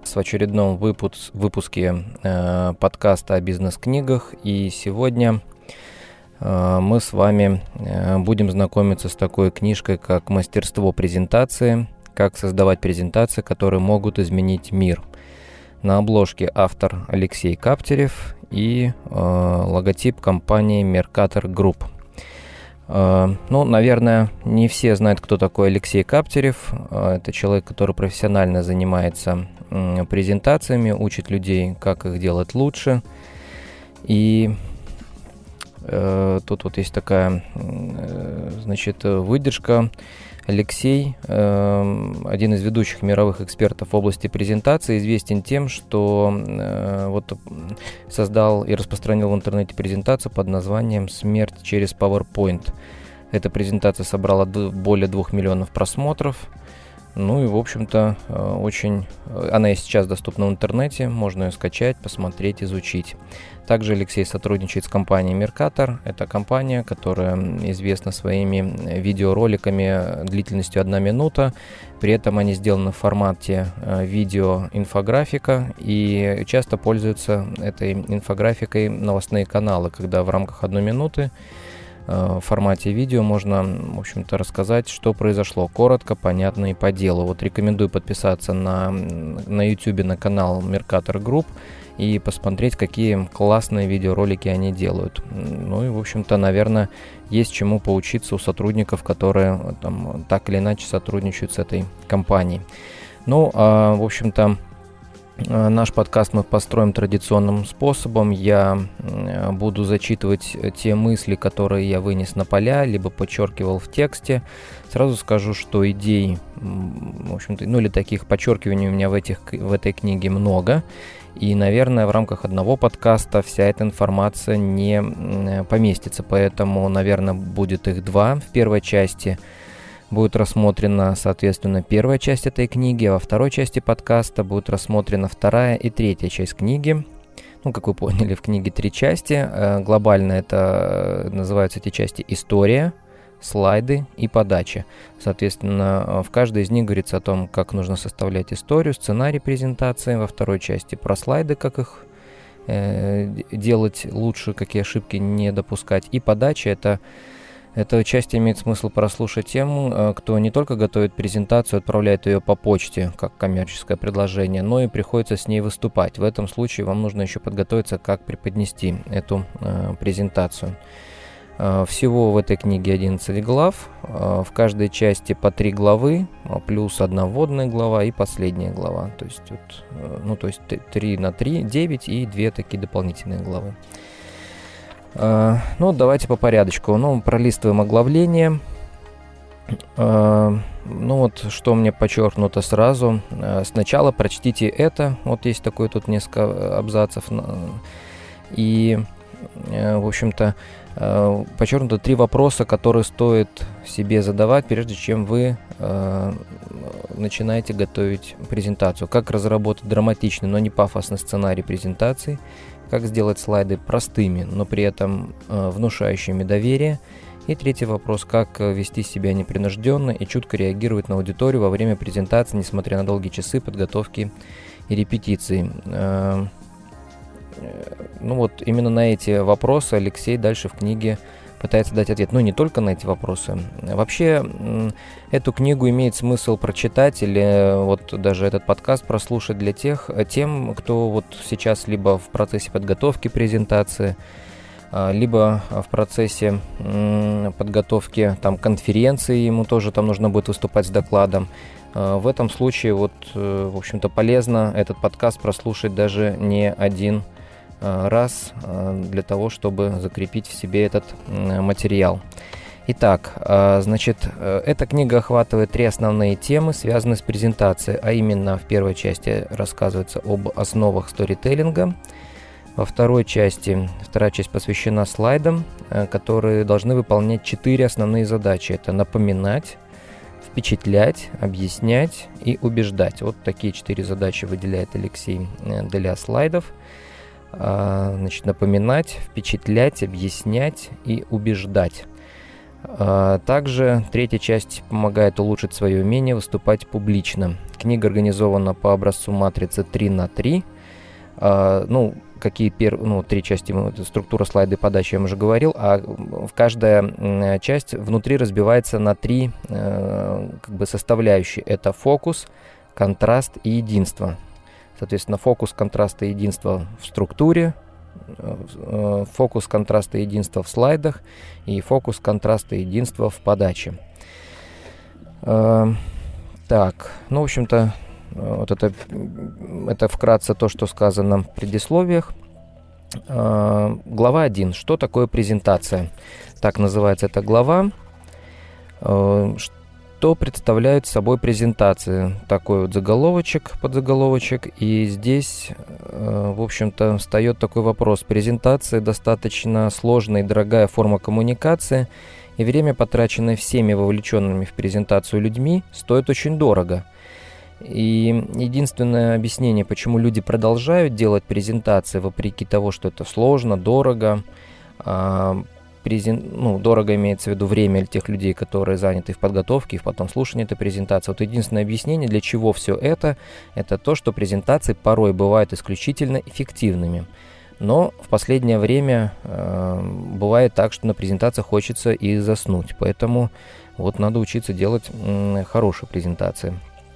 в очередном выпуске подкаста о бизнес-книгах. И сегодня мы с вами будем знакомиться с такой книжкой, как «Мастерство презентации. Как создавать презентации, которые могут изменить мир». На обложке автор Алексей Каптерев и логотип компании Mercator Group. Наверное, не все знают, кто такой Алексей Каптерев. Это человек, который профессионально занимается презентациями, учит людей, как их делать лучше. И тут вот есть такая, выдержка. Алексей, один из ведущих мировых экспертов в области презентации, известен тем, что создал и распространил в интернете презентацию под названием «Смерть через PowerPoint». Эта презентация собрала более 2 миллионов просмотров. Ну и, в общем-то, она и сейчас доступна в интернете, можно ее скачать, посмотреть, изучить. Также Алексей сотрудничает с компанией Mercator. Это компания, которая известна своими видеороликами длительностью 1 минута. При этом они сделаны в формате видеоинфографика, и часто пользуются этой инфографикой новостные каналы, когда в рамках 1 минуты в формате видео можно, в общем-то, рассказать, что произошло, коротко, понятно и по делу. Вот рекомендую подписаться на YouTube на канал Mercator Group и посмотреть, какие классные видеоролики они делают. Ну и, в общем-то, наверное, есть чему поучиться у сотрудников, которые там так или иначе сотрудничают с этой компанией. В общем-то, наш подкаст мы построим традиционным способом. Я буду зачитывать те мысли, которые я вынес на поля, либо подчеркивал в тексте. Сразу скажу, что идей, в общем-то, или таких подчеркиваний у меня в этой книге много. И, наверное, в рамках одного подкаста вся эта информация не поместится. Поэтому, наверное, будет их 2. В первой части будет рассмотрена, соответственно, первая часть этой книги, а во второй части подкаста будет рассмотрена вторая и третья часть книги. Как вы поняли, в книге 3 части. Глобально это называются эти части «История», «Слайды» и «Подача». Соответственно, в каждой из них говорится о том, как нужно составлять историю, сценарий презентации. Во второй части про слайды, как их делать лучше, какие ошибки не допускать. И «Подача» — эта часть имеет смысл прослушать тем, кто не только готовит презентацию, отправляет ее по почте, как коммерческое предложение, но и приходится с ней выступать. В этом случае вам нужно еще подготовиться, как преподнести эту презентацию. Всего в этой книге 11 глав, в каждой части по 3 главы, плюс 1 вводная глава и последняя глава. То есть 3 на 3, 9 и 2 такие дополнительные главы. Давайте по порядочку. Пролистываем оглавление. Что мне подчеркнуто сразу. Сначала прочтите это. Вот есть такое тут несколько абзацев. И, в общем-то, подчеркнуто 3 вопроса, которые стоит себе задавать, прежде чем вы начинаете готовить презентацию. Как разработать драматичный, но не пафосный сценарий презентации. Как сделать слайды простыми, но при этом внушающими доверие. И 3-й вопрос, как вести себя непринужденно и чутко реагировать на аудиторию во время презентации, несмотря на долгие часы подготовки и репетиции. Именно на эти вопросы Алексей дальше в книге пытается дать ответ. Не только на эти вопросы. Вообще, эту книгу имеет смысл прочитать или даже этот подкаст прослушать тем, кто сейчас либо в процессе подготовки презентации, либо в процессе подготовки конференции, ему тоже там нужно будет выступать с докладом. В этом случае, в общем-то, полезно этот подкаст прослушать даже не один раз для того, чтобы закрепить в себе этот материал. Итак, эта книга охватывает 3 основные темы, связанные с презентацией, а именно в первой части рассказывается об основах сторителлинга, во второй части, вторая часть посвящена слайдам, которые должны выполнять 4 основные задачи. Это напоминать, впечатлять, объяснять и убеждать. Вот такие 4 задачи выделяет Алексей для слайдов. Напоминать, впечатлять, объяснять и убеждать. Также третья часть помогает улучшить свое умение выступать публично. Книга организована по образцу матрицы 3×3. Три части, структура, слайды, подача, я уже говорил, а каждая часть внутри разбивается на три составляющие. Это фокус, контраст и единство. Соответственно, фокус, контраст и единство в структуре, фокус, контраст и единство в слайдах и фокус, контраст и единство в подаче. В общем-то, вот это вкратце то, что сказано в предисловиях. Глава 1. Что такое презентация? Так называется эта глава. Что представляет собой презентация? Такой вот подзаголовочек. И здесь, в общем-то, встает такой вопрос. Презентация достаточно сложная и дорогая форма коммуникации, и время, потраченное всеми вовлеченными в презентацию людьми, стоит очень дорого. И единственное объяснение, почему люди продолжают делать презентации, вопреки того, что это сложно, дорого, дорого имеется в виду время тех людей, которые заняты в подготовке и в потом слушании этой презентации. Вот единственное объяснение, для чего все это то, что презентации порой бывают исключительно эффективными. Но в последнее время бывает так, что на презентациях хочется и заснуть. Поэтому вот надо учиться делать хорошие презентации.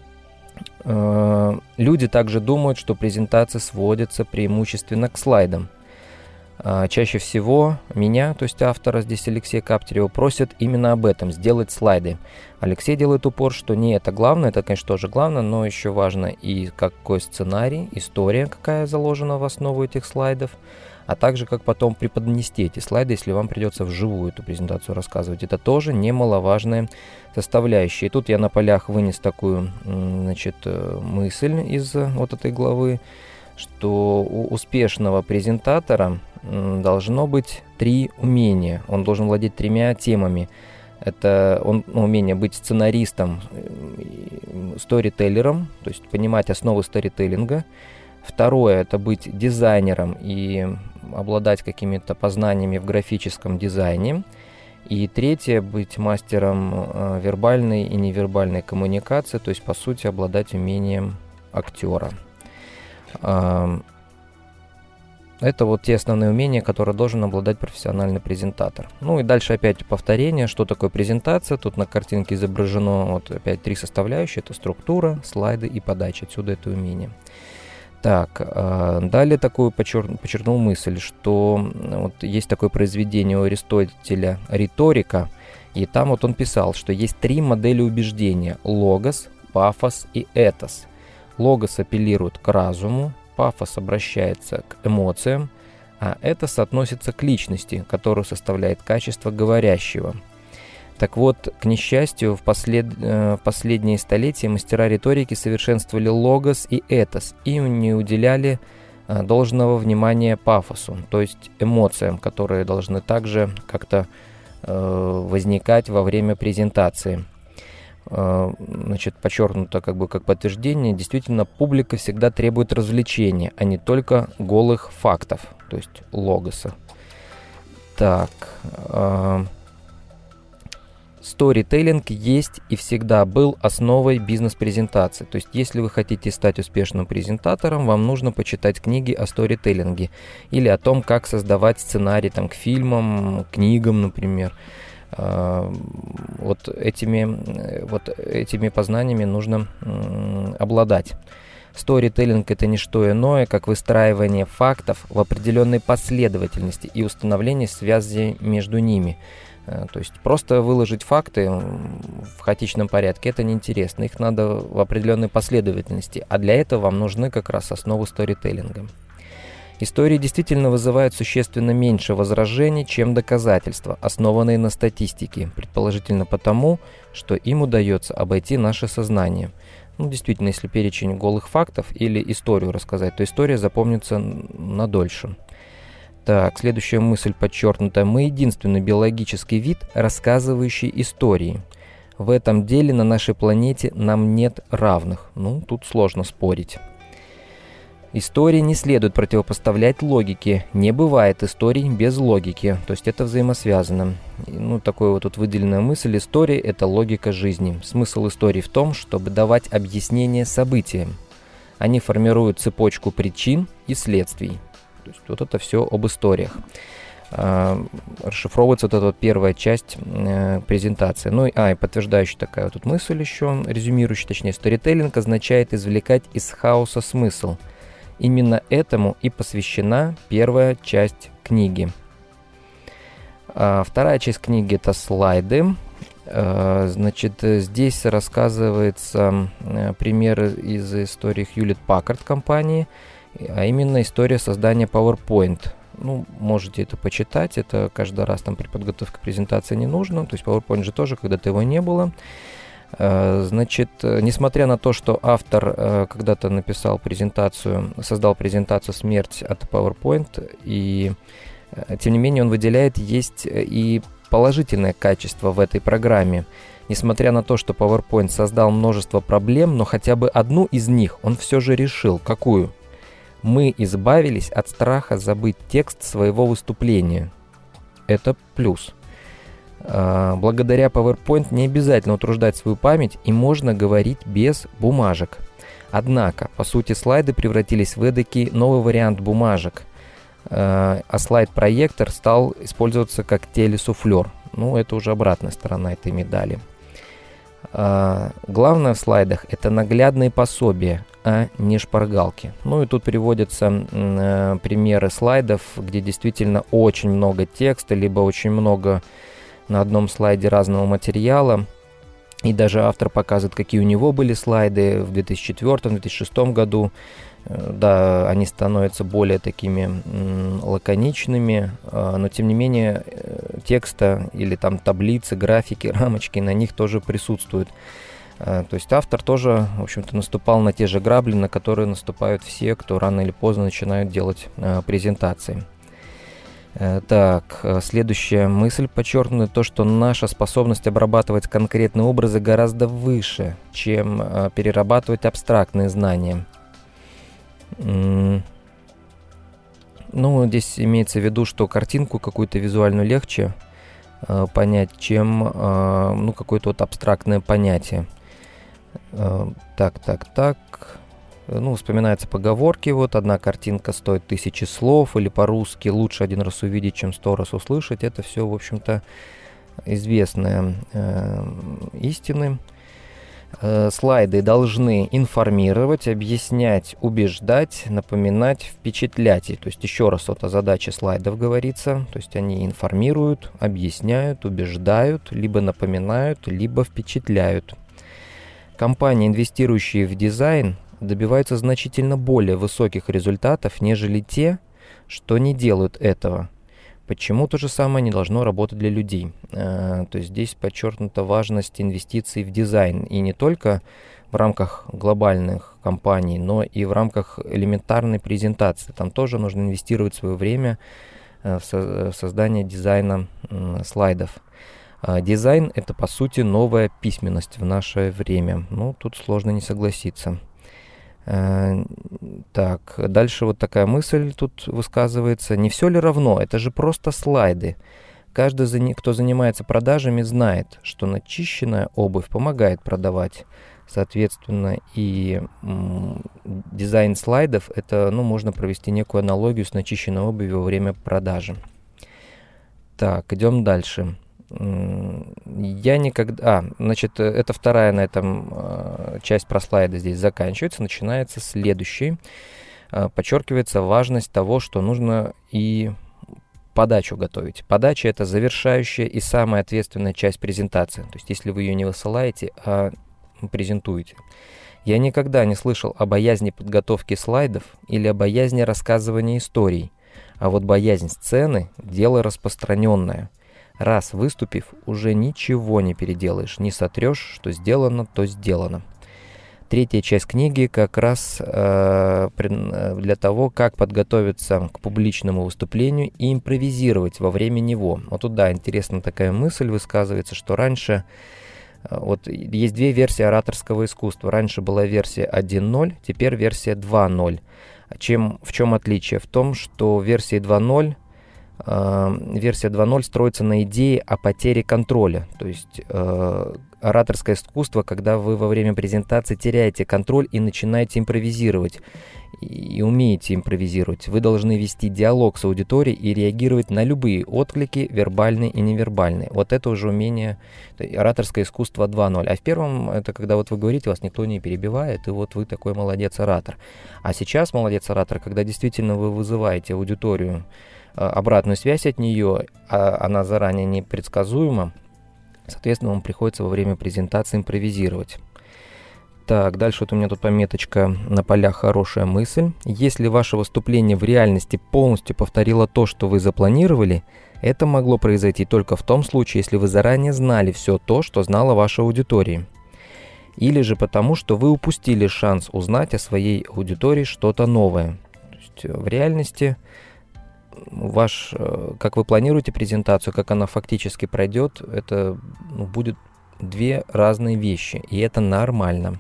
Люди также думают, что презентации сводятся преимущественно к слайдам. Чаще всего меня, то есть автора, здесь Алексея Каптерева, просят именно об этом, сделать слайды. Алексей делает упор, что не это главное, это, конечно, тоже главное, но еще важно и какой сценарий, история, какая заложена в основу этих слайдов, а также как потом преподнести эти слайды, если вам придется вживую эту презентацию рассказывать. Это тоже немаловажная составляющая. И тут я на полях вынес такую, мысль из вот этой главы, что у успешного презентатора должно быть 3 умения. Он должен владеть 3 темами. Это умение быть сценаристом, сторителлером, то есть понимать основы сторителлинга. Второе – это быть дизайнером и обладать какими-то познаниями в графическом дизайне. И третье – быть мастером вербальной и невербальной коммуникации, то есть, по сути, обладать умением актера. Это вот те основные умения, которые должен обладать профессиональный презентатор. Ну и дальше опять повторение, что такое презентация. Тут на картинке изображено опять 3 составляющие. Это структура, слайды и подача. Отсюда это умение. Так, далее такую подчеркнул мысль, что есть такое произведение у Аристотеля «Риторика», и там он писал, что есть 3 модели убеждения – логос, пафос и этос. Логос апеллирует к разуму, пафос обращается к эмоциям, а этос относится к личности, которую составляет качество говорящего. Так вот, к несчастью, в последние столетия мастера риторики совершенствовали логос и этос и не уделяли должного внимания пафосу, то есть эмоциям, которые должны также как-то возникать во время презентации. Подчеркнуто как подтверждение, действительно, публика всегда требует развлечения, а не только голых фактов, то есть логоса. Так, сторителлинг есть и всегда был основой бизнес-презентации. То есть, если вы хотите стать успешным презентатором, вам нужно почитать книги о сторителлинге или о том, как создавать сценарий к фильмам, книгам, например. Этими познаниями нужно обладать. Сторителлинг – это не что иное, как выстраивание фактов в определенной последовательности и установление связи между ними. То есть просто выложить факты в хаотичном порядке – это неинтересно. Их надо в определенной последовательности, а для этого вам нужны как раз основы сторителлинга. Истории действительно вызывают существенно меньше возражений, чем доказательства, основанные на статистике, предположительно потому, что им удается обойти наше сознание. Действительно, если перечень голых фактов или историю рассказать, то история запомнится надольше. Так, следующая мысль подчеркнута. Мы единственный биологический вид, рассказывающий истории. В этом деле на нашей планете нам нет равных. Тут сложно спорить. Истории не следует противопоставлять логике. Не бывает историй без логики. То есть это взаимосвязано. Такой вот тут выделенная мысль. История – это логика жизни. Смысл истории в том, чтобы давать объяснение событиям. Они формируют цепочку причин и следствий. То есть вот это все об историях. Расшифровывается вот эта вот первая часть презентации. И подтверждающая такая вот тут мысль еще, резюмирующая, точнее, сторителлинг означает извлекать из хаоса смысл. Именно этому и посвящена первая часть книги. Вторая часть книги – это слайды. Здесь рассказывается примеры из истории Hewlett-Packard компании, а именно история создания PowerPoint. Можете это почитать, это каждый раз там при подготовке презентации не нужно. То есть PowerPoint же тоже когда-то его не было. Несмотря на то, что автор когда-то создал презентацию «Смерть от PowerPoint», и тем не менее он выделяет, есть и положительное качество в этой программе. Несмотря на то, что PowerPoint создал множество проблем, но хотя бы одну из них он все же решил. Какую? Мы избавились от страха забыть текст своего выступления. Это плюс. Благодаря PowerPoint не обязательно утруждать свою память, и можно говорить без бумажек. Однако, по сути, слайды превратились в эдакий новый вариант бумажек, а слайд-проектор стал использоваться как телесуфлер. Это уже обратная сторона этой медали. Главное в слайдах – это наглядные пособия, а не шпаргалки. И тут приводятся примеры слайдов, где действительно очень много текста, либо очень много на одном слайде разного материала. И даже автор показывает, какие у него были слайды в 2004-2006 году. Да, они становятся более такими лаконичными, но тем не менее текста или там таблицы, графики, рамочки на них тоже присутствуют. То есть автор тоже, в общем-то, наступал на те же грабли, на которые наступают все, кто рано или поздно начинают делать презентации. Так, следующая мысль подчеркнута, то, что наша способность обрабатывать конкретные образы гораздо выше, чем перерабатывать абстрактные знания. Здесь имеется в виду, что картинку какую-то визуальную легче понять, чем какое-то вот абстрактное понятие. Вспоминаются поговорки, одна картинка стоит 1000 слов, или по-русски лучше один раз увидеть, чем 100 раз услышать. Это все, в общем-то, известные истины. Слайды должны информировать, объяснять, убеждать, напоминать, впечатлять. То есть еще раз о задаче слайдов говорится. То есть они информируют, объясняют, убеждают, либо напоминают, либо впечатляют. Компании, инвестирующие в дизайн, добиваются значительно более высоких результатов, нежели те, что не делают этого. Почему то же самое не должно работать для людей? То есть здесь подчеркнута важность инвестиций в дизайн. И не только в рамках глобальных компаний, но и в рамках элементарной презентации. Там тоже нужно инвестировать свое время в создание дизайна слайдов. Дизайн – это, по сути, новая письменность в наше время. Тут сложно не согласиться. Так, дальше вот такая мысль тут высказывается. Не все ли равно? Это же просто слайды. Каждый, кто занимается продажами, знает, что начищенная обувь помогает продавать. Соответственно, и дизайн слайдов, это, можно провести некую аналогию с начищенной обувью во время продажи. Так, идем дальше. Это вторая на этом часть про слайды здесь заканчивается, начинается следующий. Подчеркивается важность того, что нужно и подачу готовить. Подача – это завершающая и самая ответственная часть презентации. То есть, если вы ее не высылаете, а презентуете. Я никогда не слышал о боязни подготовки слайдов или о боязни рассказывания историй. А вот боязнь сцены – дело распространенное. Раз выступив, уже ничего не переделаешь, не сотрешь, что сделано, то сделано. Третья часть книги как раз для того, как подготовиться к публичному выступлению и импровизировать во время него. Вот тут, да, интересная такая мысль высказывается, что раньше, есть две версии ораторского искусства. Раньше была версия 1.0, теперь версия 2.0. В чем отличие? В том, что версия 2.0 строится на идее о потере контроля. То есть ораторское искусство, когда вы во время презентации теряете контроль и начинаете импровизировать, и умеете импровизировать. Вы должны вести диалог с аудиторией и реагировать на любые отклики, вербальные и невербальные. Вот это уже умение, ораторское искусство 2.0. А в первом, это когда вот вы говорите, вас никто не перебивает, и вот вы такой молодец-оратор. А сейчас молодец-оратор, когда действительно вы вызываете аудиторию, обратную связь от нее, она заранее непредсказуема, соответственно, вам приходится во время презентации импровизировать. Так, дальше вот у меня тут пометочка на полях «Хорошая мысль». Если ваше выступление в реальности полностью повторило то, что вы запланировали, это могло произойти только в том случае, если вы заранее знали все то, что знала ваша аудитория. Или же потому, что вы упустили шанс узнать о своей аудитории что-то новое. То есть в реальности как вы планируете презентацию, как она фактически пройдет, это будет две разные вещи, и это нормально.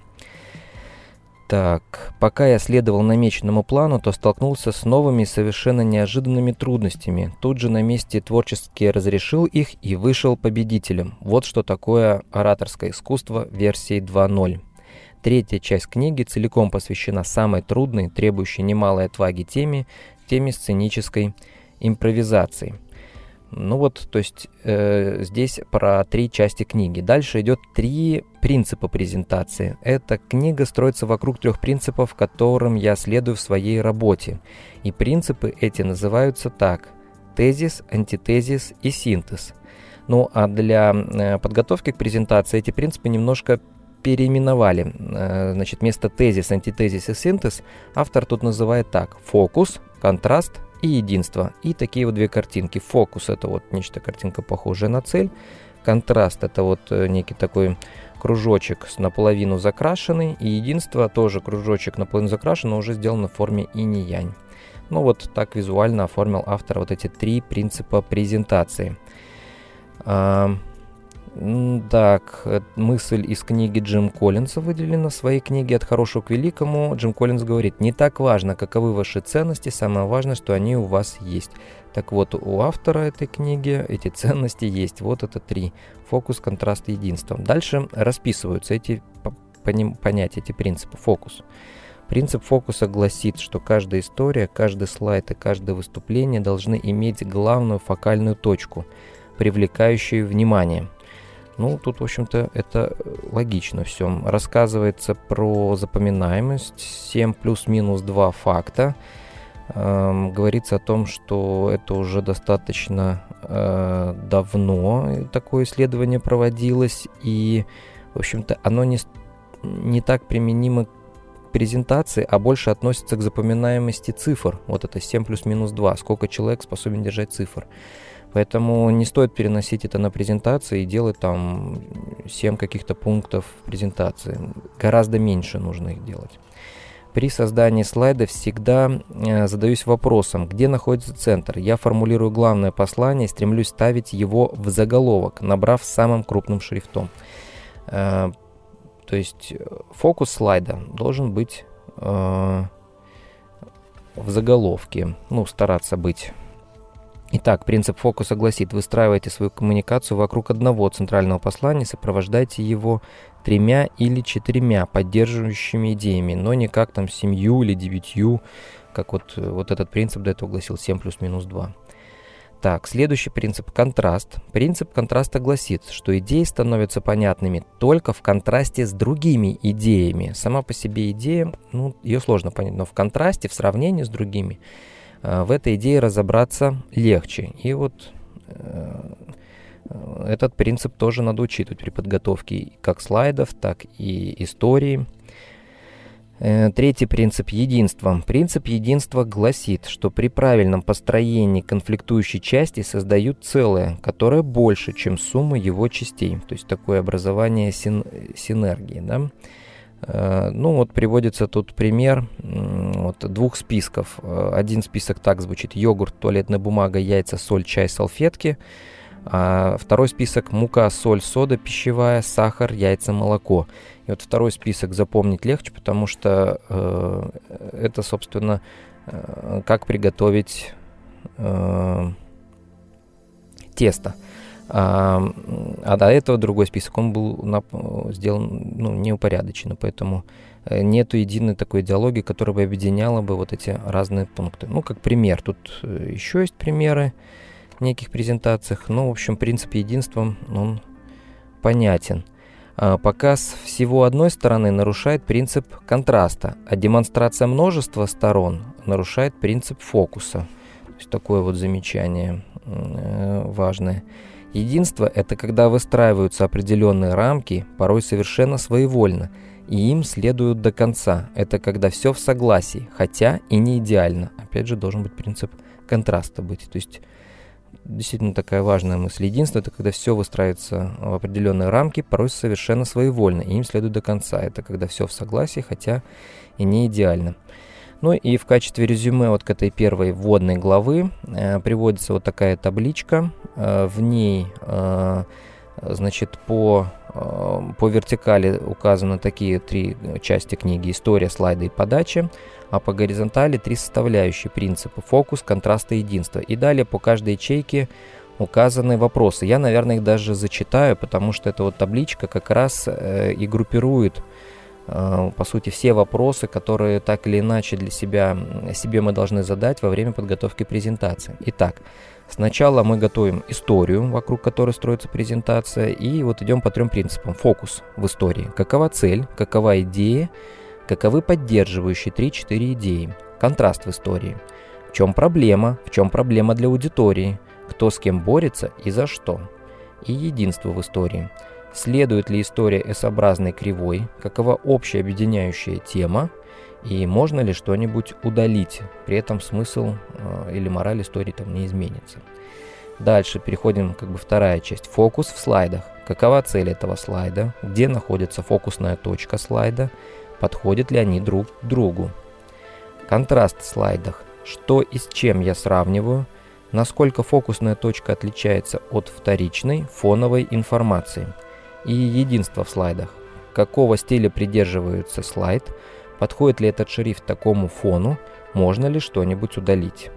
Так, пока я следовал намеченному плану, то столкнулся с новыми и совершенно неожиданными трудностями. Тут же на месте творчески разрешил их и вышел победителем. Вот что такое ораторское искусство версии 2.0. Третья часть книги целиком посвящена самой трудной, требующей немалой отваги теме сценической импровизации. То есть здесь про 3 части книги. Дальше идет 3 принципа презентации. Эта книга строится вокруг 3 принципов, которым я следую в своей работе. И принципы эти называются так: тезис, антитезис и синтез. А для подготовки к презентации эти принципы немножко переименовали. Вместо тезис, антитезис и синтез автор тут называет так: фокус, контраст и единство. И такие вот 2 картинки. Фокус — это вот нечто, картинка, похожая на цель. Контраст — это вот некий такой кружочек наполовину закрашенный. И единство — тоже кружочек наполовину закрашенный, но уже сделан в форме инь и янь. Вот так визуально оформил автор вот эти 3 принципа презентации. Так, мысль из книги Джим Коллинса выделена в своей книге «От хорошего к великому». Джим Коллинс говорит: не так важно, каковы ваши ценности, самое важное, что они у вас есть. Так вот, у автора этой книги эти ценности есть. Вот это 3: фокус, контраст и единство. Дальше расписываются эти понятия, эти принципы. Фокус. Принцип фокуса гласит, что каждая история, каждый слайд и каждое выступление должны иметь главную фокальную точку, привлекающую внимание. Тут, в общем-то, это логично все. Рассказывается про запоминаемость, 7 плюс-минус 2 факта. Говорится о том, что это уже достаточно давно такое исследование проводилось, и, в общем-то, оно не так применимо к презентации, а больше относится к запоминаемости цифр. Вот это 7 плюс-минус 2, сколько человек способен держать цифр. Поэтому не стоит переносить это на презентации и делать там 7 каких-то пунктов презентации. Гораздо меньше нужно их делать. При создании слайда всегда задаюсь вопросом, где находится центр. Я формулирую главное послание и стремлюсь ставить его в заголовок, набрав самым крупным шрифтом. То есть фокус слайда должен быть в заголовке, стараться быть. Итак, принцип фокуса гласит: выстраивайте свою коммуникацию вокруг одного центрального послания, сопровождайте его 3 или 4 поддерживающими идеями, но не как 7 или 9, как вот этот принцип до этого гласил 7 плюс-минус 2. Так, следующий принцип — контраст. Принцип контраста гласит, что идеи становятся понятными только в контрасте с другими идеями. Сама по себе идея, ее сложно понять, но в контрасте, в сравнении с другими, в этой идее разобраться легче. И этот принцип тоже надо учитывать при подготовке как слайдов, так и истории. Третий принцип — единство. Принцип единства гласит, что при правильном построении конфликтующей части создают целое, которое больше, чем сумма его частей. То есть такое образование синергии, да? Приводится тут пример 2 списков. Один список так звучит: йогурт, туалетная бумага, яйца, соль, чай, салфетки. А второй список: мука, соль, сода пищевая, сахар, яйца, молоко. И вот второй список запомнить легче, потому что это, собственно, как приготовить тесто. А до этого другой список, он был сделан неупорядоченно, поэтому нету единой такой идеологии, которая бы объединяла бы вот эти разные пункты. Ну, как пример, тут еще есть примеры в неких презентациях, но, в общем, принцип единства, он понятен. Показ всего одной стороны нарушает принцип контраста, а демонстрация множества сторон нарушает принцип фокуса. То есть такое вот замечание важное. Единство – это когда выстраиваются определенные рамки, порой совершенно своевольно, и им следуют до конца. Это когда все в согласии, хотя и не идеально. Опять же, должен быть принцип контраста быть. То есть действительно такая важная мысль. Единство – это когда все выстраивается в определенные рамки, порой совершенно своевольно, и им следует до конца. Это когда все в согласии, хотя и не идеально. Ну и в качестве резюме вот к этой первой вводной главы приводится вот такая табличка. В ней, значит, по вертикали указаны такие три части книги: история, слайды и подача, а по горизонтали три составляющие принципы: фокус, контраст и единство. И далее по каждой ячейке указаны вопросы. Я, наверное, их даже зачитаю, потому что эта вот табличка как раз и группирует, по сути, все вопросы, которые так или иначе себе мы должны задать во время подготовки презентации. Итак, сначала мы готовим историю, вокруг которой строится презентация, и вот идем по трем принципам. Фокус в истории. Какова цель, какова идея, каковы поддерживающие 3-4 идеи. Контраст в истории. В чем проблема для аудитории, кто с кем борется и за что. И единство в истории. Следует ли история S-образной кривой, какова общая объединяющая тема, и можно ли что-нибудь удалить, при этом смысл или мораль истории там не изменится. Дальше переходим, вторая часть. Фокус в слайдах. Какова цель этого слайда, где находится фокусная точка слайда, подходят ли они друг к другу. Контраст в слайдах. Что и с чем я сравниваю, насколько фокусная точка отличается от вторичной фоновой информации. И единство в слайдах. Какого стиля придерживается слайд, подходит ли этот шрифт такому фону, можно ли что-нибудь удалить.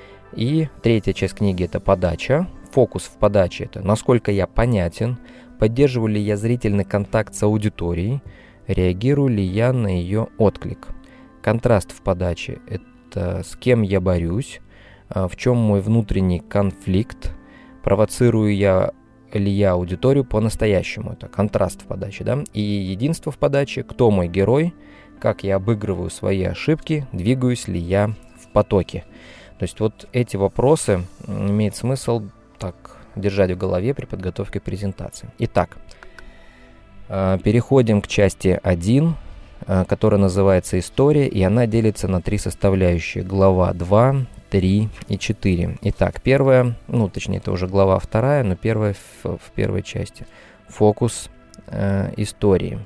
И третья часть книги – это подача. Фокус в подаче – это насколько я понятен, поддерживаю ли я зрительный контакт с аудиторией, реагирую ли я на ее отклик. Контраст в подаче – это с кем я борюсь, в чем мой внутренний конфликт, провоцирую ли я аудиторию по-настоящему. Это контраст в подаче, да? И единство в подаче, кто мой герой, как я обыгрываю свои ошибки, двигаюсь ли я в потоке. То есть вот эти вопросы имеет смысл так держать в голове при подготовке презентации. Итак, переходим к части 1, которая называется «История», и она делится на три составляющие. Глава 2, 3 и 4. Итак, первая, это уже глава 2, но первая в первой части. Фокус истории.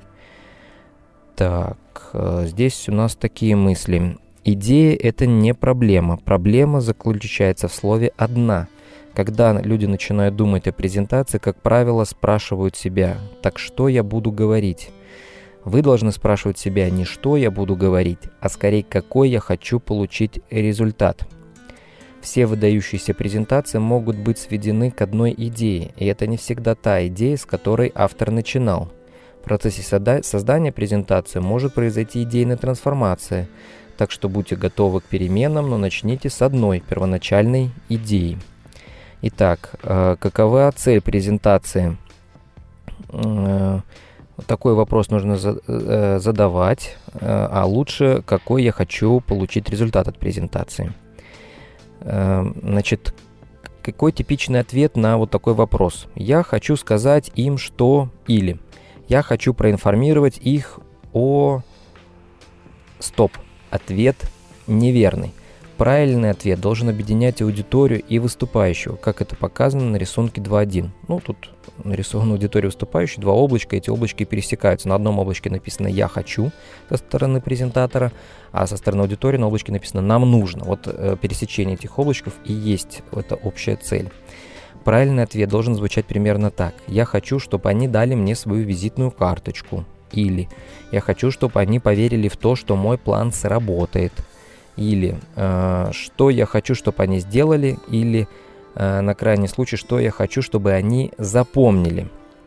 Так, здесь у нас такие мысли. Идея – это не проблема. Проблема заключается в слове «одна». Когда люди начинают думать о презентации, как правило, спрашивают себя: «Так что я буду говорить?» Вы должны спрашивать себя не «что я буду говорить», а скорее «какой я хочу получить результат». Все выдающиеся презентации могут быть сведены к одной идее, и это не всегда та идея, с которой автор начинал. В процессе создания презентации может произойти идейная трансформация, так что будьте готовы к переменам, но начните с одной первоначальной идеи. Итак, какова цель презентации? Такой вопрос нужно задавать, а лучше, какой я хочу получить результат от презентации. Значит, какой типичный ответ на вот такой вопрос? Я хочу сказать им что или. Я хочу проинформировать их о... Стоп. Ответ неверный. Правильный ответ должен объединять аудиторию и выступающего, как это показано на рисунке 2.1. Тут нарисована аудитория выступающей, два облачка, эти облачки пересекаются. На одном облачке написано «я хочу» со стороны презентатора, а со стороны аудитории на облачке написано «нам нужно». Вот пересечение этих облачков и есть эта общая цель. Правильный ответ должен звучать примерно так. Я хочу, чтобы они дали мне свою визитную карточку. Или я хочу, чтобы они поверили в то, что мой план сработает. Или что я хочу, чтобы они сделали. Или на крайний случай, что я хочу, чтобы они запомнили.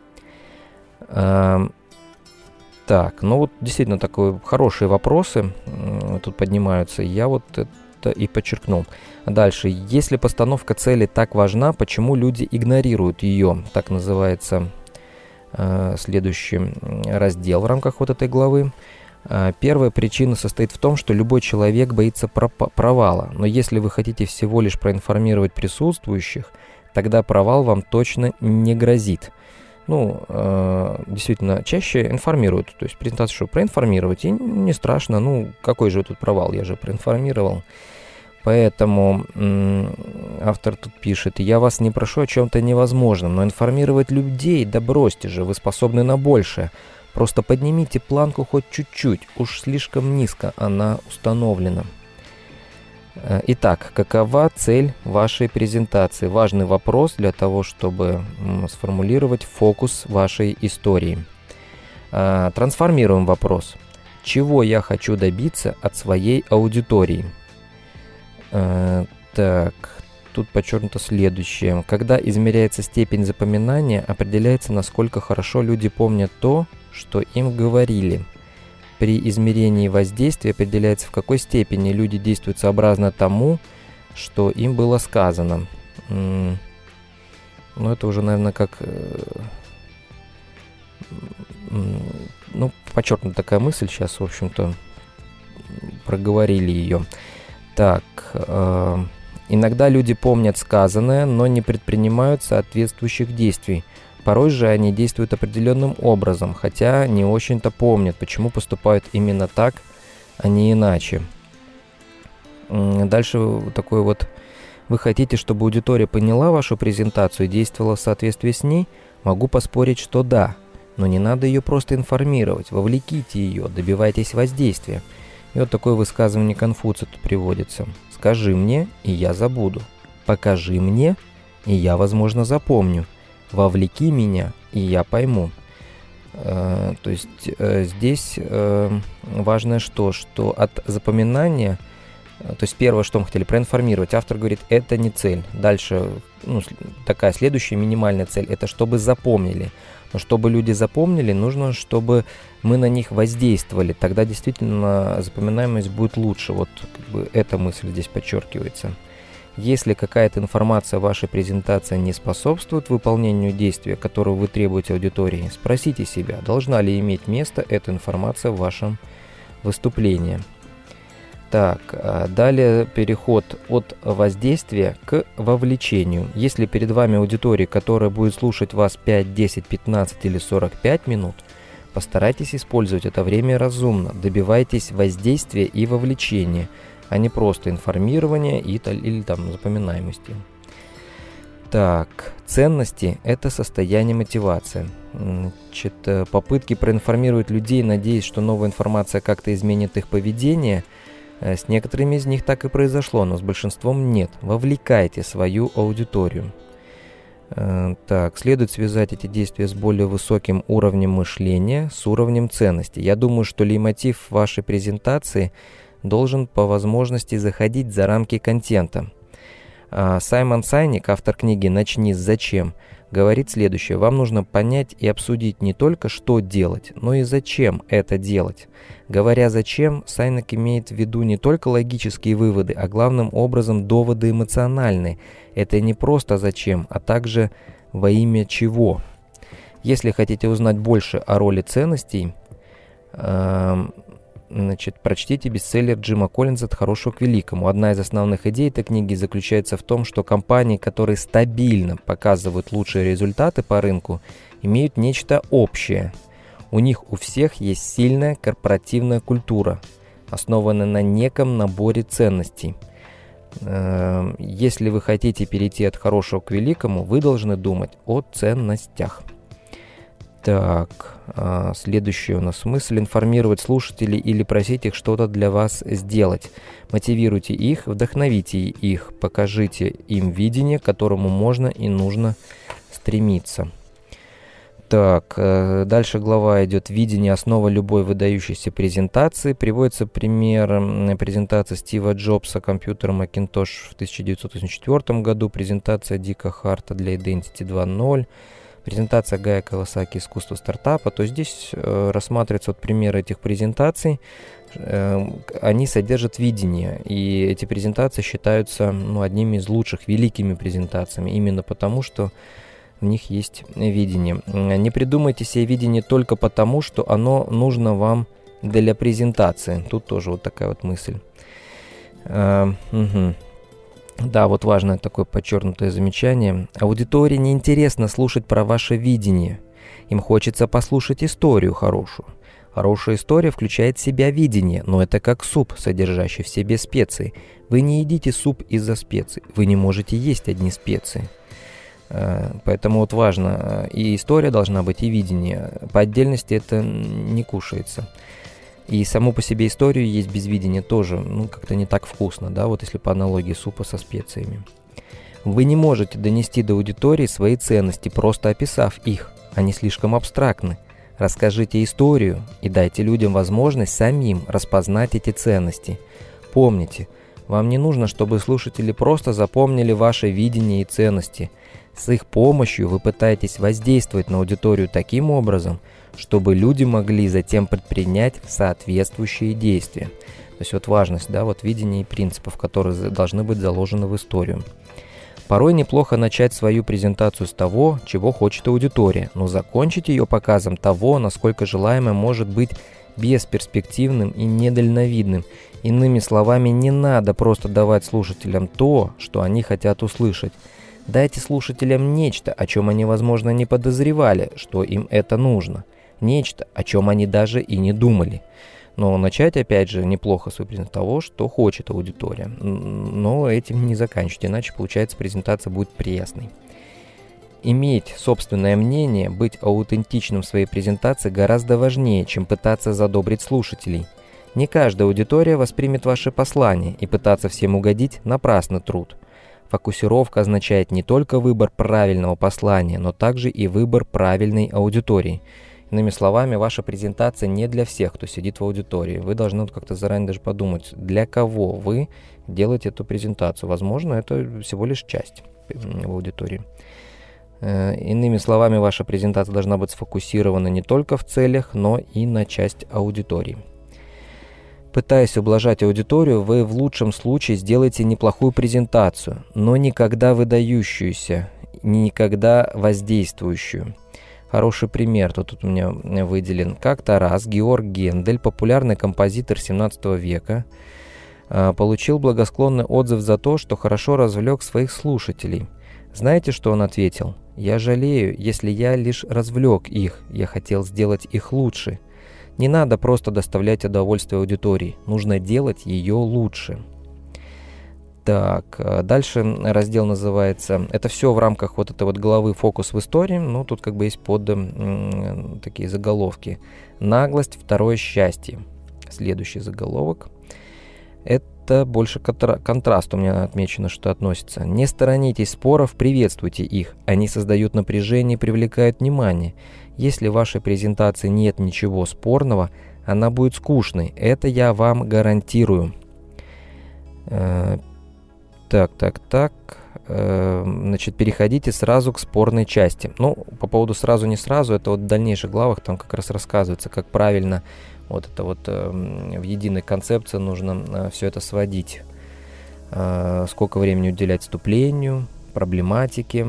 Так, ну вот действительно такие хорошие вопросы тут поднимаются. Я вот это и подчеркнул. Дальше. Если постановка цели так важна, почему люди игнорируют ее? Так называется следующий раздел в рамках вот этой главы. Первая причина состоит в том, что любой человек боится провала. Но если вы хотите всего лишь проинформировать присутствующих, тогда провал вам точно не грозит. Ну, действительно, чаще информируют. То есть презентацию, что проинформировать, и не страшно. Ну, какой же тут провал, я же проинформировал. Поэтому автор тут пишет: я вас не прошу о чем-то невозможном, но информировать людей, да бросьте же, вы способны на большее. Просто поднимите планку хоть чуть-чуть, уж слишком низко она установлена. Итак, какова цель вашей презентации? Важный вопрос для того, чтобы сформулировать фокус вашей истории. Трансформируем вопрос. Чего я хочу добиться от своей аудитории? Так, тут подчеркнуто следующее. Когда измеряется степень запоминания, определяется, насколько хорошо люди помнят то, что им говорили. При измерении воздействия определяется, в какой степени люди действуют сообразно тому, что им было сказано. Ну, это уже, наверное, как... Ну, подчеркнута такая мысль сейчас, в общем-то, проговорили ее. Так, иногда люди помнят сказанное, но не предпринимают соответствующих действий. Порой же они действуют определенным образом, хотя не очень-то помнят, почему поступают именно так, а не иначе. Дальше такой вот: вы хотите, чтобы аудитория поняла вашу презентацию и действовала в соответствии с ней? Могу поспорить, что да, но не надо ее просто информировать, вовлеките ее, добивайтесь воздействия. И вот такое высказывание Конфуция тут приводится. Скажи мне, и я забуду. Покажи мне, и я, возможно, запомню. Вовлеки меня, и я пойму. То есть здесь важно что от запоминания, то есть первое, что мы хотели проинформировать, автор говорит, это не цель. Дальше такая следующая минимальная цель, это чтобы запомнили. Но чтобы люди запомнили, нужно, чтобы мы на них воздействовали. Тогда действительно запоминаемость будет лучше. Вот как бы эта мысль здесь подчеркивается. Если какая-то информация в вашей презентации не способствует выполнению действия, которого вы требуете аудитории, спросите себя, должна ли иметь место эта информация в вашем выступлении. Так, далее переход от воздействия к вовлечению. Если перед вами аудитория, которая будет слушать вас 5, 10, 15 или 45 минут, постарайтесь использовать это время разумно, добивайтесь воздействия и вовлечения, а не просто информирования или там запоминаемости. Так, ценности – это состояние мотивации. Значит, попытки проинформировать людей, надеясь, что новая информация как-то изменит их поведение, с некоторыми из них так и произошло, но с большинством нет. Вовлекайте свою аудиторию. Так, следует связать эти действия с более высоким уровнем мышления, с уровнем ценностей. Я думаю, что лейтмотив вашей презентации должен по возможности заходить за рамки контента. Саймон Сайник, автор книги «Начни с зачем», говорит следующее. Вам нужно понять и обсудить не только, что делать, но и зачем это делать. Говоря «зачем», Сайник имеет в виду не только логические выводы, а главным образом доводы эмоциональные. Это не просто «зачем», а также «во имя чего». Если хотите узнать больше о роли ценностей, прочтите бестселлер Джима Коллинза «От хорошего к великому». Одна из основных идей этой книги заключается в том, что компании, которые стабильно показывают лучшие результаты по рынку, имеют нечто общее. У них у всех есть сильная корпоративная культура, основанная на неком наборе ценностей. Если вы хотите перейти от хорошего к великому, вы должны думать о ценностях. Так, следующая у нас мысль: информировать слушателей или просить их что-то для вас сделать. Мотивируйте их, вдохновите их, покажите им видение, к которому можно и нужно стремиться. Так, дальше глава идет «Видение – основа любой выдающейся презентации». Приводится пример презентации Стива Джобса компьютера Macintosh в 1984 году, презентация Дика Харта для Identity 2.0, презентация Гая Кавасаки «Искусство стартапа». То есть здесь рассматриваются вот примеры этих презентаций. Они содержат видение, и эти презентации считаются одними из лучших, великими презентациями, именно потому, что в них есть видение. Не придумайте себе видение только потому, что оно нужно вам для презентации. Тут тоже вот такая вот мысль. Да, вот важное такое подчеркнутое замечание. Аудитории неинтересно слушать про ваше видение. Им хочется послушать историю хорошую. Хорошая история включает в себя видение, но это как суп, содержащий в себе специи. Вы не едите суп из-за специй. Вы не можете есть одни специи. Поэтому вот важно, и история должна быть, и видение. По отдельности это не кушается. И саму по себе историю есть без видения тоже, как-то не так вкусно, да, вот если по аналогии супа со специями. Вы не можете донести до аудитории свои ценности, просто описав их. Они слишком абстрактны. Расскажите историю и дайте людям возможность самим распознать эти ценности. Помните, вам не нужно, чтобы слушатели просто запомнили ваше видение и ценности. С их помощью вы пытаетесь воздействовать на аудиторию таким образом, чтобы люди могли затем предпринять соответствующие действия. То есть вот важность, да, вот видения и принципов, которые должны быть заложены в историю. Порой неплохо начать свою презентацию с того, чего хочет аудитория, но закончить ее показом того, насколько желаемое может быть бесперспективным и недальновидным. Иными словами, не надо просто давать слушателям то, что они хотят услышать. Дайте слушателям нечто, о чем они, возможно, не подозревали, что им это нужно. Нечто, о чем они даже и не думали. Но начать, опять же, неплохо с презентации того, что хочет аудитория. Но этим не заканчивайте, иначе, получается, презентация будет пресной. Иметь собственное мнение, быть аутентичным в своей презентации гораздо важнее, чем пытаться задобрить слушателей. Не каждая аудитория воспримет ваше послание, и пытаться всем угодить – напрасный труд. Фокусировка означает не только выбор правильного послания, но также и выбор правильной аудитории. Иными словами, ваша презентация не для всех, кто сидит в аудитории. Вы должны как-то заранее даже подумать, для кого вы делаете эту презентацию. Возможно, это всего лишь часть в аудитории. Иными словами, ваша презентация должна быть сфокусирована не только в целях, но и на часть аудитории. Пытаясь ублажать аудиторию, вы в лучшем случае сделаете неплохую презентацию, но никогда выдающуюся, никогда воздействующую. Хороший пример тут у меня выделен. Как-то раз Георг Гендель, популярный композитор 17 века, получил благосклонный отзыв за то, что хорошо развлек своих слушателей. Знаете, что он ответил? «Я жалею, если я лишь развлек их, я хотел сделать их лучше». Не надо просто доставлять удовольствие аудитории, нужно делать ее лучше. Так, дальше раздел называется, это все в рамках вот этой вот главы «Фокус в истории», но тут как бы есть такие заголовки. «Наглость, второе счастье». Следующий заголовок. Это больше контраст, у меня отмечено, что относится. Не сторонитесь споров, приветствуйте их. Они создают напряжение и привлекают внимание. Если в вашей презентации нет ничего спорного, она будет скучной. Это я вам гарантирую. Значит, переходите сразу к спорной части. По поводу сразу, не сразу, это вот в дальнейших главах там как раз рассказывается, как правильно вот это вот в единой концепции нужно все это сводить. Сколько времени уделять вступлению, проблематике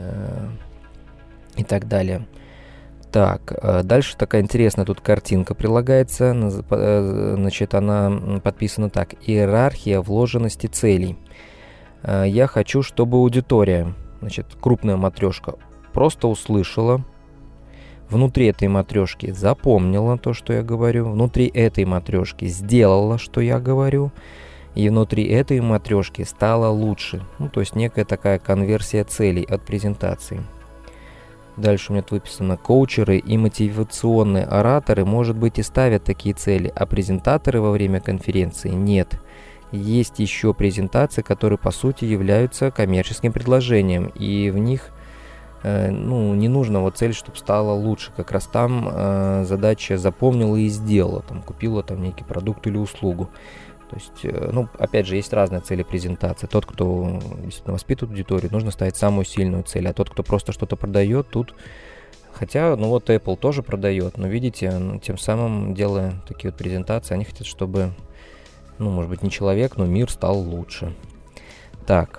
и так далее. Так, дальше такая интересная тут картинка прилагается, значит, она подписана так. Иерархия вложенности целей. Я хочу, чтобы аудитория, значит, крупная матрешка, просто услышала, внутри этой матрешки запомнила то, что я говорю, внутри этой матрешки сделала, что я говорю, и внутри этой матрешки стала лучше. То есть некая такая конверсия целей от презентации. Дальше у меня тут выписано: коучеры и мотивационные ораторы, может быть, и ставят такие цели, а презентаторы во время конференции нет. Есть еще презентации, которые по сути являются коммерческим предложением, и в них не нужно вот цель, чтобы стало лучше. Как раз там задача запомнила и сделала, там, купила там некий продукт или услугу. То есть, опять же, есть разные цели презентации. Тот, кто действительно воспитывает аудиторию, нужно ставить самую сильную цель. А тот, кто просто что-то продает, тут... Хотя, вот Apple тоже продает, но видите, тем самым, делая такие вот презентации, они хотят, чтобы, может быть, не человек, но мир стал лучше. Так.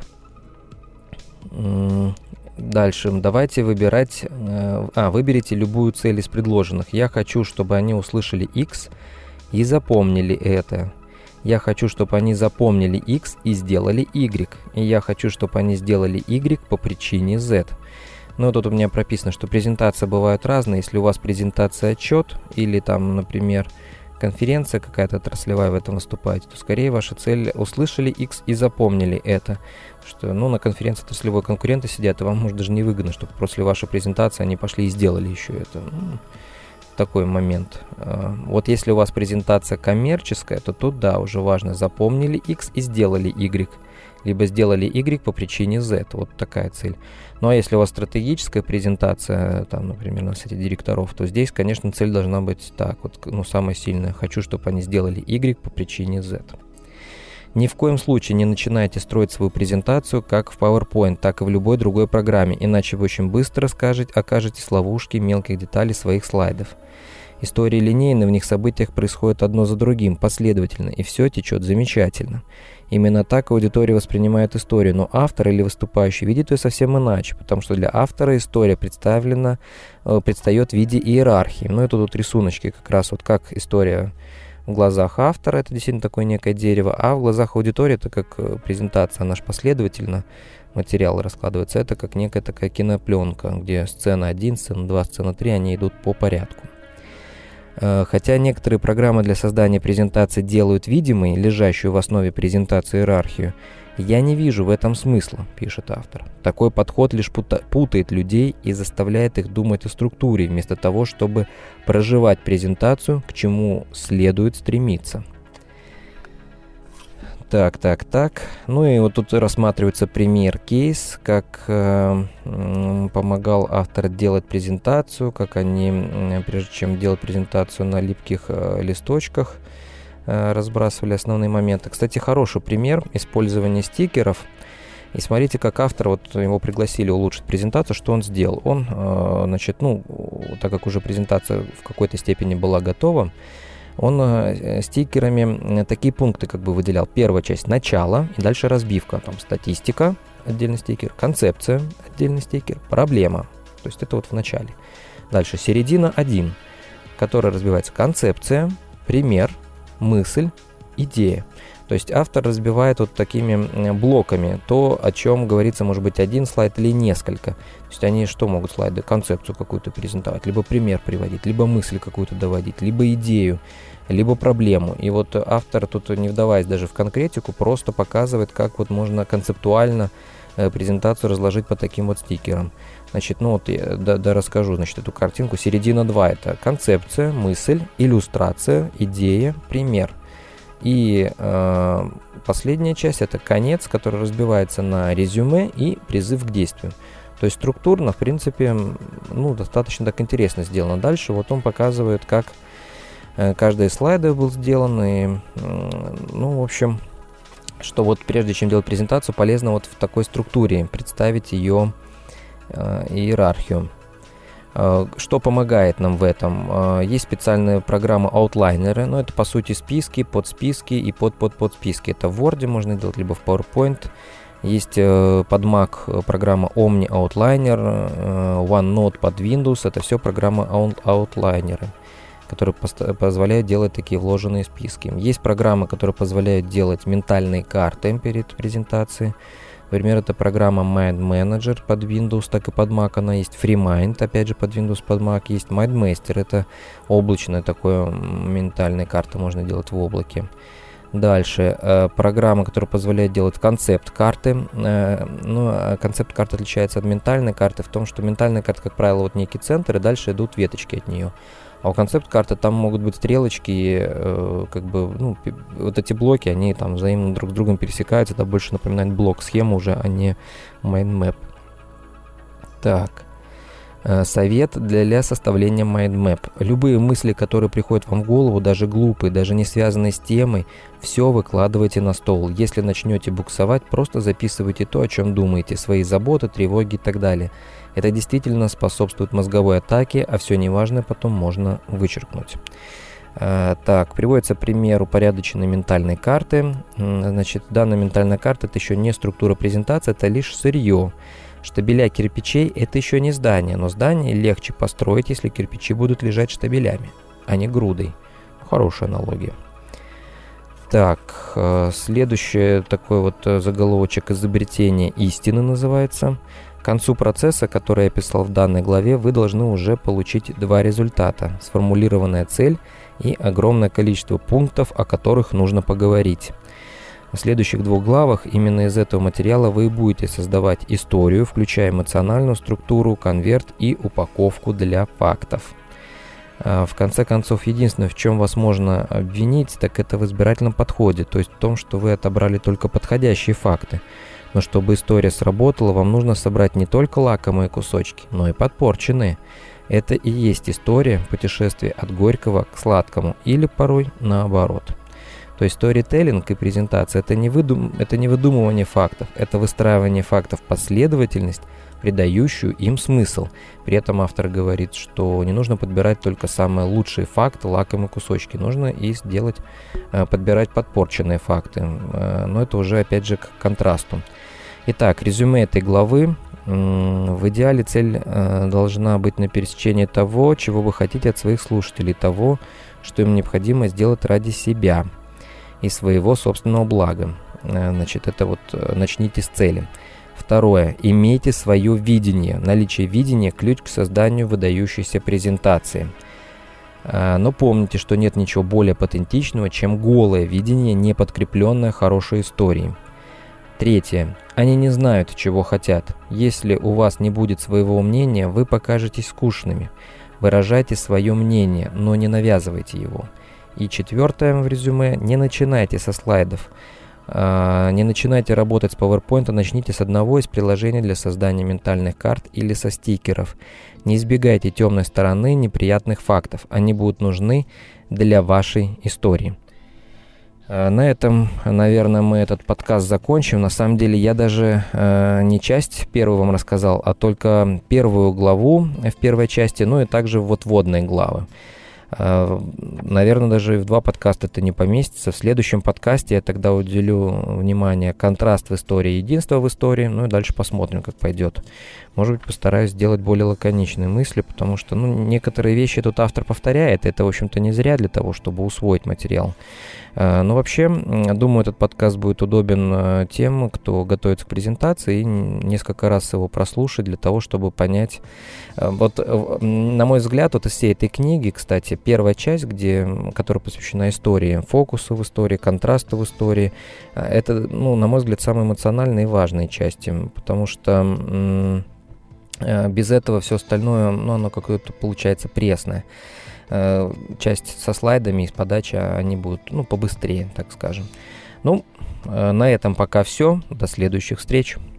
Дальше. Давайте выбирать... выберите любую цель из предложенных. Я хочу, чтобы они услышали X и запомнили это. Я хочу, чтобы они запомнили X и сделали Y. И я хочу, чтобы они сделали Y по причине Z. Тут у меня прописано, что презентации бывают разные. Если у вас презентация отчет или там, например, конференция какая-то отраслевая, в этом выступаете, то скорее ваша цель: услышали X и запомнили это. Что, на конференции отраслевой конкуренты сидят, и вам, может, даже не выгодно, чтобы после вашей презентации они пошли и сделали еще это. Такой момент. Вот если у вас презентация коммерческая, то тут, да, уже важно: запомнили X и сделали Y, либо сделали Y по причине Z. Вот такая цель. А если у вас стратегическая презентация, там, например, на сайте директоров, то здесь, конечно, цель должна быть так, самая сильная: хочу, чтобы они сделали Y по причине Z. Ни в коем случае не начинайте строить свою презентацию как в PowerPoint, так и в любой другой программе, иначе вы очень быстро окажетесь в ловушке мелких деталей своих слайдов. Истории линейны, в них событиях происходят одно за другим, последовательно, и все течет замечательно. Именно так аудитория воспринимает историю, но автор или выступающий видит ее совсем иначе, потому что для автора история предстает в виде иерархии. Это тут рисуночки, как раз вот как история в глазах автора, это действительно такое некое дерево, а в глазах аудитории это как презентация, она же последовательно, материал раскладывается, это как некая такая кинопленка, где сцена 1, сцена 2, сцена 3, они идут по порядку. Хотя некоторые программы для создания презентации делают видимой, лежащую в основе презентации иерархию, я не вижу в этом смысла, пишет автор. Такой подход лишь путает людей и заставляет их думать о структуре, вместо того, чтобы проживать презентацию, к чему следует стремиться. Так. И вот тут рассматривается кейс, как помогал автор делать презентацию, как они, прежде чем делать презентацию на липких листочках, разбрасывали основные моменты. Кстати, хороший пример использования стикеров. И смотрите, как автор, его пригласили улучшить презентацию, что он сделал. Он, так как уже презентация в какой-то степени была готова, он стикерами такие пункты выделял. Первая часть — начало, и дальше разбивка. Там статистика, отдельный стикер, концепция, отдельный стикер, проблема. То есть это в начале. Дальше середина 1, которая разбивается: концепция, пример, мысль, идея. То есть автор разбивает такими блоками то, о чем говорится, может быть, один слайд или несколько. То есть они что могут слайды? Концепцию какую-то презентовать, либо пример приводить, либо мысль какую-то доводить, либо идею, либо проблему. И автор тут, не вдаваясь даже в конкретику, просто показывает, как можно концептуально презентацию разложить по таким стикерам. Я расскажу, эту картинку. Середина 2 — это концепция, мысль, иллюстрация, идея, пример. И последняя часть — это конец, который разбивается на резюме и призыв к действию. То есть структурно, в принципе, достаточно так интересно сделано. Дальше он показывает, как каждый из слайдов был сделан. И, в общем, что прежде чем делать презентацию, полезно в такой структуре представить ее иерархию. Что помогает нам в этом? Есть специальная программа Outliner, но это по сути списки, подсписки и подсписки. Это в Word можно делать, либо в PowerPoint. Есть под Mac программа Omni Outliner, OneNote под Windows. Это все программа Outliner, которые позволяют делать такие вложенные списки. Есть программы, которые позволяют делать ментальные карты перед презентацией. Например, это программа Mind Manager под Windows, так и под Mac она есть. FreeMind, опять же, под Windows, под Mac есть. MindMaster — это облачная такая ментальная карта, можно делать в облаке. Дальше. Программа, которая позволяет делать концепт-карты. Концепт-карта отличается от ментальной карты в том, что ментальная карта, как правило, вот некий центр, и дальше идут веточки от нее. А у концепт-карты там могут быть стрелочки, вот эти блоки, они там взаимно друг с другом пересекаются. Это больше напоминает блок-схему уже, а не майндмэп. Так. Совет для составления майндмэп. Любые мысли, которые приходят вам в голову, даже глупые, даже не связанные с темой, все выкладывайте на стол. Если начнете буксовать, просто записывайте то, о чем думаете, свои заботы, тревоги и так далее. Это действительно способствует мозговой атаке, а все неважное потом можно вычеркнуть. Так, приводится пример упорядоченной ментальной карты. Значит, данная ментальная карта – это еще не структура презентации, это лишь сырье. Штабеля кирпичей – это еще не здание, но здание легче построить, если кирпичи будут лежать штабелями, а не грудой. Хорошая аналогия. Так, следующий такой вот заголовочек «Изобретение истины» называется. К концу процесса, который я описал в данной главе, вы должны уже получить два результата – сформулированная цель и огромное количество пунктов, о которых нужно поговорить. В следующих двух главах именно из этого материала вы будете создавать историю, включая эмоциональную структуру, конверт и упаковку для фактов. В конце концов, единственное, в чем вас можно обвинить, так это в избирательном подходе, то есть в том, что вы отобрали только подходящие факты. Но чтобы история сработала, вам нужно собрать не только лакомые кусочки, но и подпорченные. Это и есть история путешествия от горького к сладкому, или порой наоборот. То есть сторителлинг и презентация – это не выдумывание фактов, это выстраивание фактов в последовательность, придающую им смысл. При этом автор говорит, что не нужно подбирать только самые лучшие факты, лакомые кусочки, нужно и подбирать подпорченные факты. Но это уже опять же к контрасту. Итак, резюме этой главы. В идеале цель должна быть на пересечении того, чего вы хотите от своих слушателей, того, что им необходимо сделать ради себя и своего собственного блага. Значит, это вот начните с цели. Второе. Имейте свое видение. Наличие видения – ключ к созданию выдающейся презентации. Но помните, что нет ничего более патентичного, чем голое видение, не подкрепленное хорошей историей. Третье. Они не знают, чего хотят. Если у вас не будет своего мнения, вы покажетесь скучными. Выражайте свое мнение, но не навязывайте его. И четвертое в резюме. Не начинайте со слайдов. Не начинайте работать с PowerPoint, начните с одного из приложений для создания ментальных карт или со стикеров. Не избегайте темной стороны неприятных фактов. Они будут нужны для вашей истории. На этом, наверное, мы этот подкаст закончим. На самом деле я даже не часть первую вам рассказал, а только первую главу в первой части, ну и также вот вводные главы. Наверное, даже и в два подкаста это не поместится. В следующем подкасте я тогда уделю внимание контраст в истории, единство в истории, ну и дальше посмотрим, как пойдет. Может быть, постараюсь сделать более лаконичные мысли, потому что некоторые вещи тут автор повторяет, и это, в общем-то, не зря для того, чтобы усвоить материал. Но вообще, думаю, этот подкаст будет удобен тем, кто готовится к презентации, и несколько раз его прослушать для того, чтобы понять. Вот, на мой взгляд, вот из всей этой книги, кстати, первая часть, которая посвящена истории, фокусу в истории, контрасту в истории, это, на мой взгляд, самые эмоциональные и важные части, потому что без этого все остальное, оно какое-то получается пресное. Часть со слайдами и с подачей, они будут, побыстрее, так скажем. На этом пока все. До следующих встреч.